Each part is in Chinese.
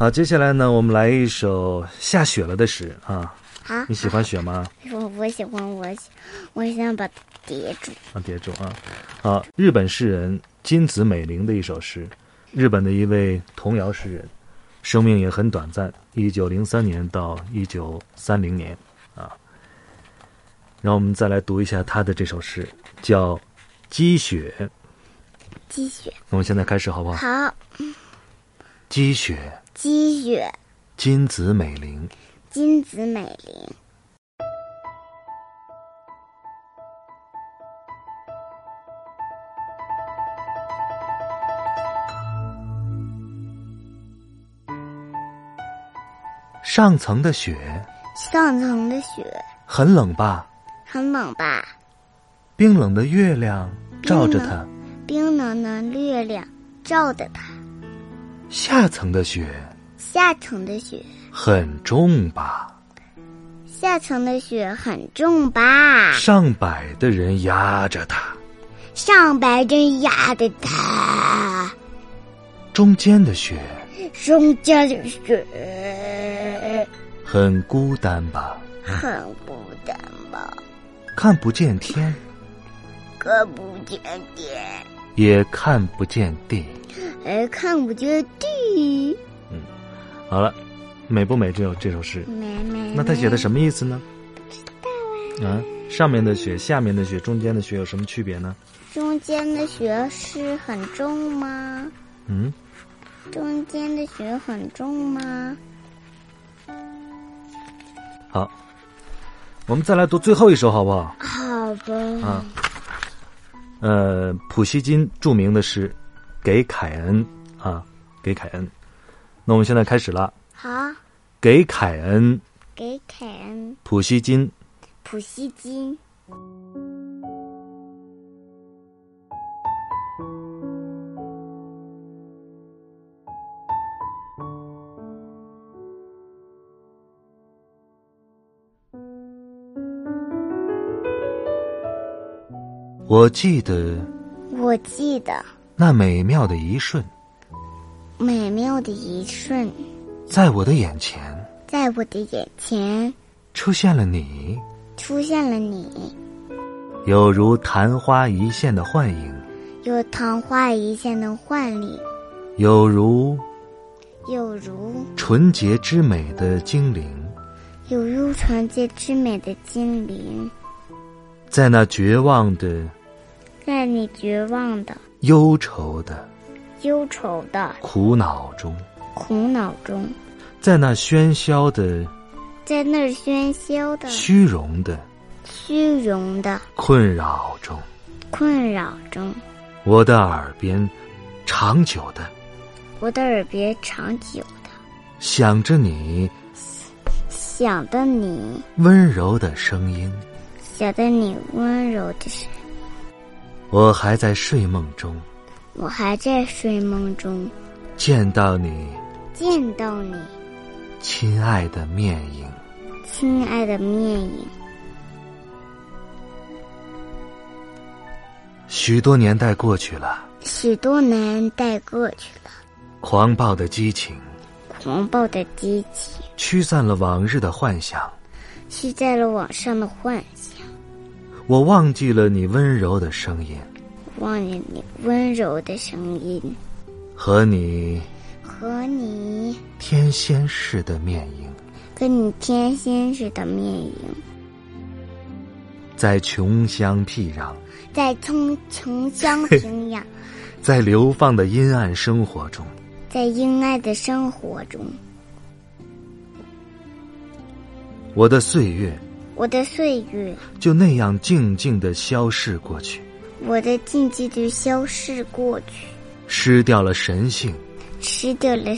好，接下来呢，我们来一首下雪了的诗啊。 好， 你喜欢雪吗？ 我喜欢，我想把它叠住。 叠住啊。好，日本诗人金子美玲的一首诗，日本的一位童谣诗人，生命也很短暂，1903年到1930年啊。然后我们再来读一下他的这首诗，叫《积雪》。 积雪。 我们现在开始好不好？ 好。 积雪。 积雪。 金子美玲。 金子美玲。 上层的雪。 上层的雪。 很冷吧？ 很冷吧？ 冰冷的月亮照着它。 冰冷的月亮照着它。 下层的雪。 下层的雪。 很重吧？ 下层的雪很重吧？ 上百的人压着它。 上百人压着它。 中间的雪。 中间的雪。 很孤单吧？ 很孤单吧？ 看不见天。 看不见天。 也看不见地。 看不见地。 好了，美不美这首诗？ 美。 那他写的什么意思呢？ 不知道啊。 上面的雪，下面的雪，中间的雪有什么区别呢？ 中间的雪是很重吗？中间的雪很重吗？ 好，我们再来读最后一首好不好？ 好吧。 普希金著名的诗《给凯恩》啊，给凯恩。那我们现在开始了。 好。 给凯恩。 给凯恩。 普希金。 普希金。 我记得那美妙的一瞬，在我的眼前，出现了你，有如昙花一现的幻影，有如纯洁之美的精灵，在那绝望的忧愁的苦恼中，在那喧嚣的虚荣的困扰中，我的耳边长久的想着你温柔的声音，我还在睡梦中，见到你亲爱的面影。许多年代过去了，狂暴的激情驱散了往日的幻想，我忘记了你温柔的声音，和你天仙似的面影，在穷乡僻壤，在流放的阴暗生活中，我的岁月就那样静静地消逝过去，失掉了神性，失掉灵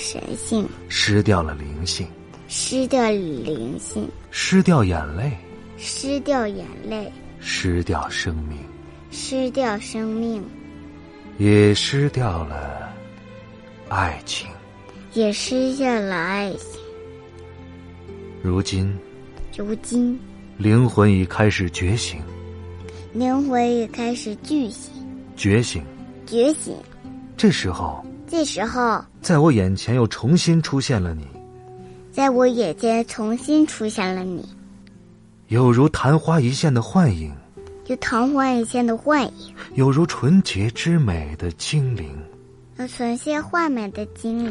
性，失掉眼泪，失掉生命，也失掉了爱情，如今灵魂已开始觉醒，觉醒。这时候这时候， 在我眼前又重新出现了你， 在我眼前重新出现了你， 有如昙花一现的幻影， 有昙花一现的幻影， 有如纯洁之美的精灵， 有纯洁幻美的精灵，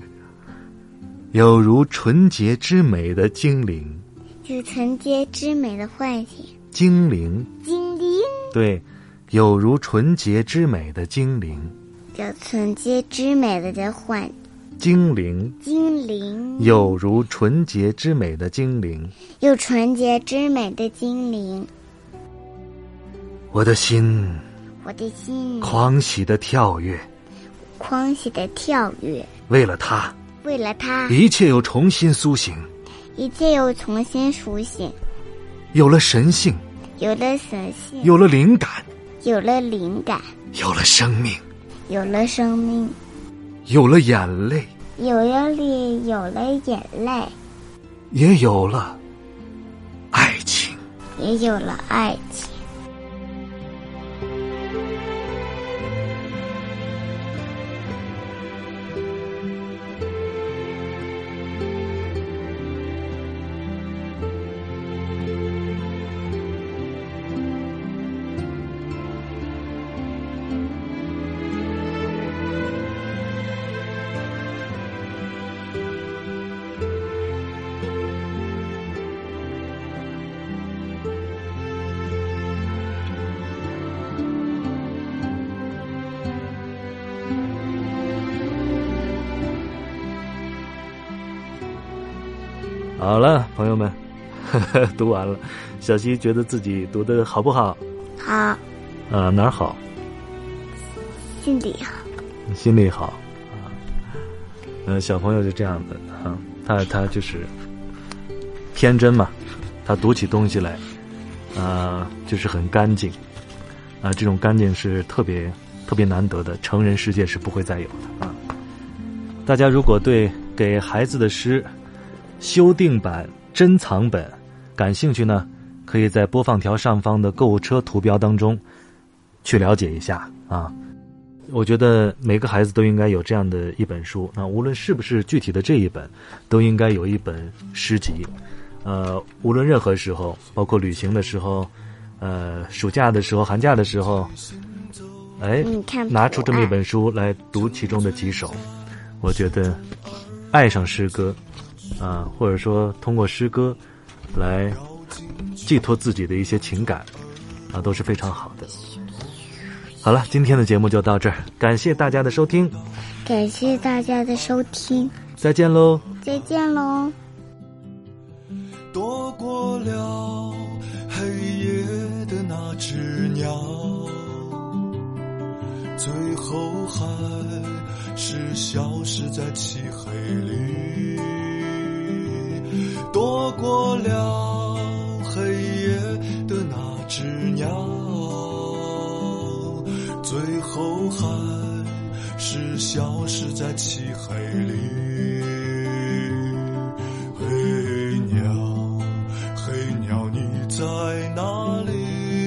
有如纯洁之美的精灵， 有纯洁之美的幻影， 精灵， 精灵， 对，有如纯洁之美的精灵， 有纯洁之美的幻精灵， 精灵， 有如纯洁之美的精灵， 有纯洁之美的精灵。 我的心， 我的心狂喜的跳跃， 狂喜的跳跃， 为了他， 为了他， 一切又重新苏醒， 一切又重新苏醒， 有了神性， 有了神性， 有了灵感， 有了灵感， 有了生命， 有了生命， 有了眼泪， 有了泪，有了眼泪， 也有了爱情， 也有了爱情。 好了，朋友们，读完了。小溪觉得自己读的好不好？ 好。 哪儿好？ 心里好。 心里好啊。小朋友就这样的啊，他就是天真嘛，他读起东西来，就是很干净啊。这种干净是特别难得的，成人世界是不会再有的啊。大家如果对给孩子的诗修订版、珍藏本感兴趣呢，可以在播放条上方的购物车图标当中去了解一下啊。我觉得每个孩子都应该有这样的一本书，那无论是不是具体的这一本，都应该有一本诗集。无论任何时候，包括旅行的时候，暑假的时候、寒假的时候，拿出这么一本书来读其中的几首，我觉得爱上诗歌或者说通过诗歌来寄托自己的一些情感都是非常好的。好了，今天的节目就到这儿，感谢大家的收听， 感谢大家的收听， 再见喽， 再见喽。 躲过了黑夜的那只鸟，最后还是消失在漆黑里。躲过了黑夜的那只鸟，最后还是消失在漆黑里。黑鸟，黑鸟你在哪里？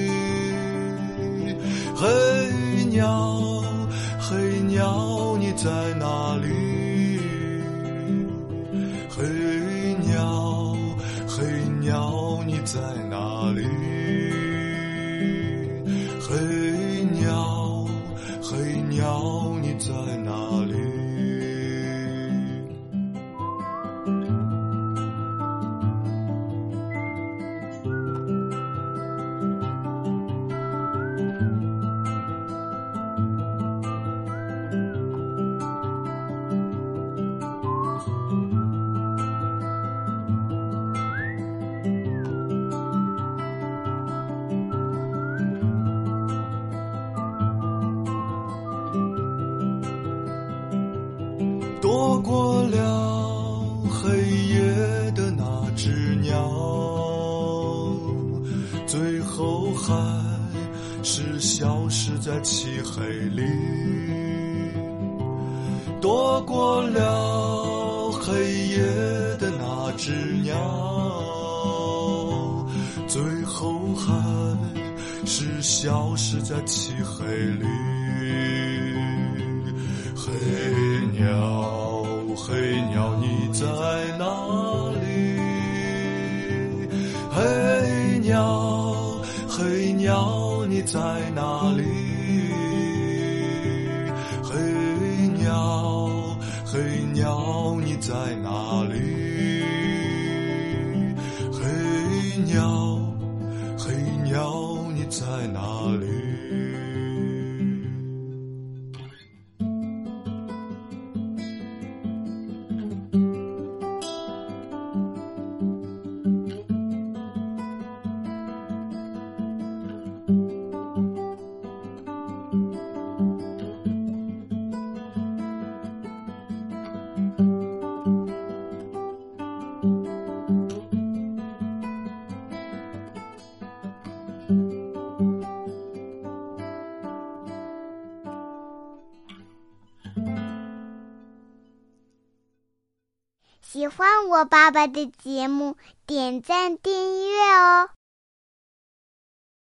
黑鸟，黑鸟你在哪里？黑鸟，黑鸟你在哪里？黑鸟，黑鸟你在哪里？躲过了黑夜的那只鸟，最后还是消失在漆黑里。躲过了黑夜的那只鸟，最后还是消失在漆黑里。黑黑鸟你在哪里？黑鸟你在哪里？黑鸟你在哪里？黑鸟你在哪里？ 喜欢我爸爸的节目，点赞订阅哦。